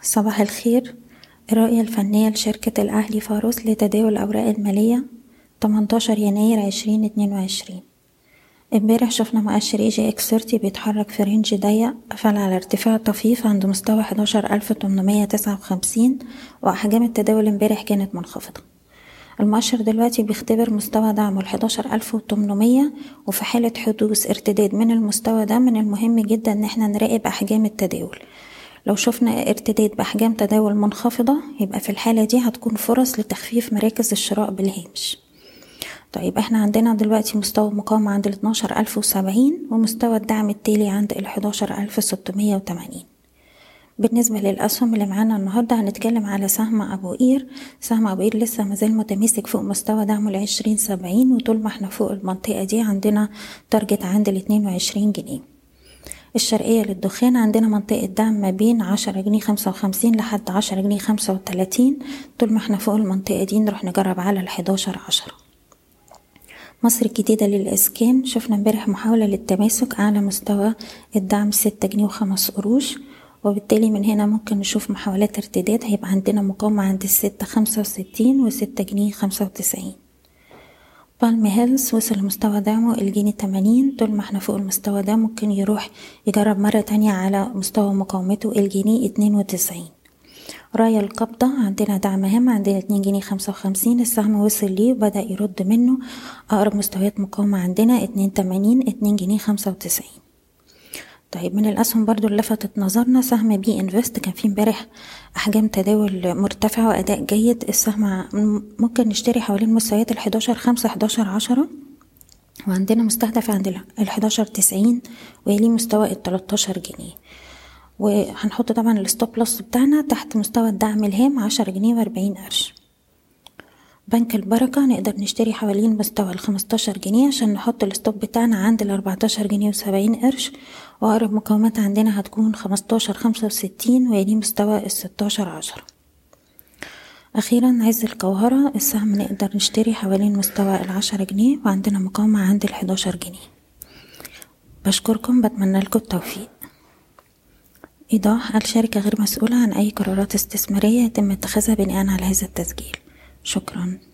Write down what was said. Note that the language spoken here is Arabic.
صباح الخير. الرؤية الفنية لشركة الأهلي فاروس لتداول الأوراق المالية 18 يناير 2022. امبارح شفنا مؤشر EGX30 بيتحرك في رينج ضيق، قفل على ارتفاع طفيف عند مستوى 11859 وأحجام التداول امبارح كانت منخفضة. المؤشر دلوقتي بيختبر مستوى دعمه 11800، وفي حالة حدوث ارتداد من المستوى ده من المهم جدا ان احنا نراقب أحجام التداول. لو شفنا ارتداد بأحجام تداول منخفضة يبقى في الحالة دي هتكون فرص لتخفيف مراكز الشراء بالهامش. طيب احنا عندنا دلوقتي مستوى مقاومة عند 12070 ومستوى الدعم التالي عند 11680. بالنسبة للأسهم اللي معانا النهاردة هنتكلم على سهم أبو قير. سهم أبو قير لسه مازال متماسك فوق مستوى دعمه 2070، وطول ما احنا فوق المنطقة دي عندنا تارجت عند 22 جنيه. الشرقية للدخان عندنا منطقة دعم ما بين 10 جنيه 55 لحد 10 جنيه 35. طول ما احنا فوق المنطقة دي نروح نجرب على 11-10. مصر الجديدة للإسكان شفنا امبارح محاولة للتماسك أعلى مستوى الدعم 6 جنيه و5 قروش، وبالتالي من هنا ممكن نشوف محاولات ارتداد. هيبقى عندنا مقاومة عند 6.65 و6 جنيه 95. بالم هيلز وصل لمستوى دعمه الجنيه 80. طول ما احنا فوق المستوى ده ممكن يروح يجرب مرة تانية على مستوى مقاومته الجنيه 92. راية القبضة عندنا دعم هام عند 2 جنيه 55. السهم وصل ليه وبدأ يرد منه. أقرب مستويات مقاومة عندنا 2.80 2 جنيه 95. طيب من الأسهم برضو اللي لفتت نظرنا سهم بي انفست. كان فيه امبارح أحجام تداول مرتفعة وأداء جيد. السهم ممكن نشتري حوالين مستويات 11.5 11.10، وعندنا مستهدف عند 11.90 ويليه مستوى 13 جنيه. وهنحط طبعا الستوب لوس بتاعنا تحت مستوى الدعم الهام 10 جنيه و40 قرش. بنك البركة نقدر نشتري حوالين مستوى 15 جنيه عشان نحط الستوب بتاعنا عند 14 جنيه و70 قرش، وأقرب مقاومات عندنا هتكون 15.65 ويليه مستوى 16.10. أخيرا عز الجوهرة السهم نقدر نشتري حوالين مستوى 10 جنيه وعندنا مقاومة عند 11 جنيه. بشكركم، بتمنى لكم التوفيق. إيضاح: الشركة غير مسؤولة عن أي قرارات استثمارية يتم اتخاذها بناء على هذا التسجيل. شكرا.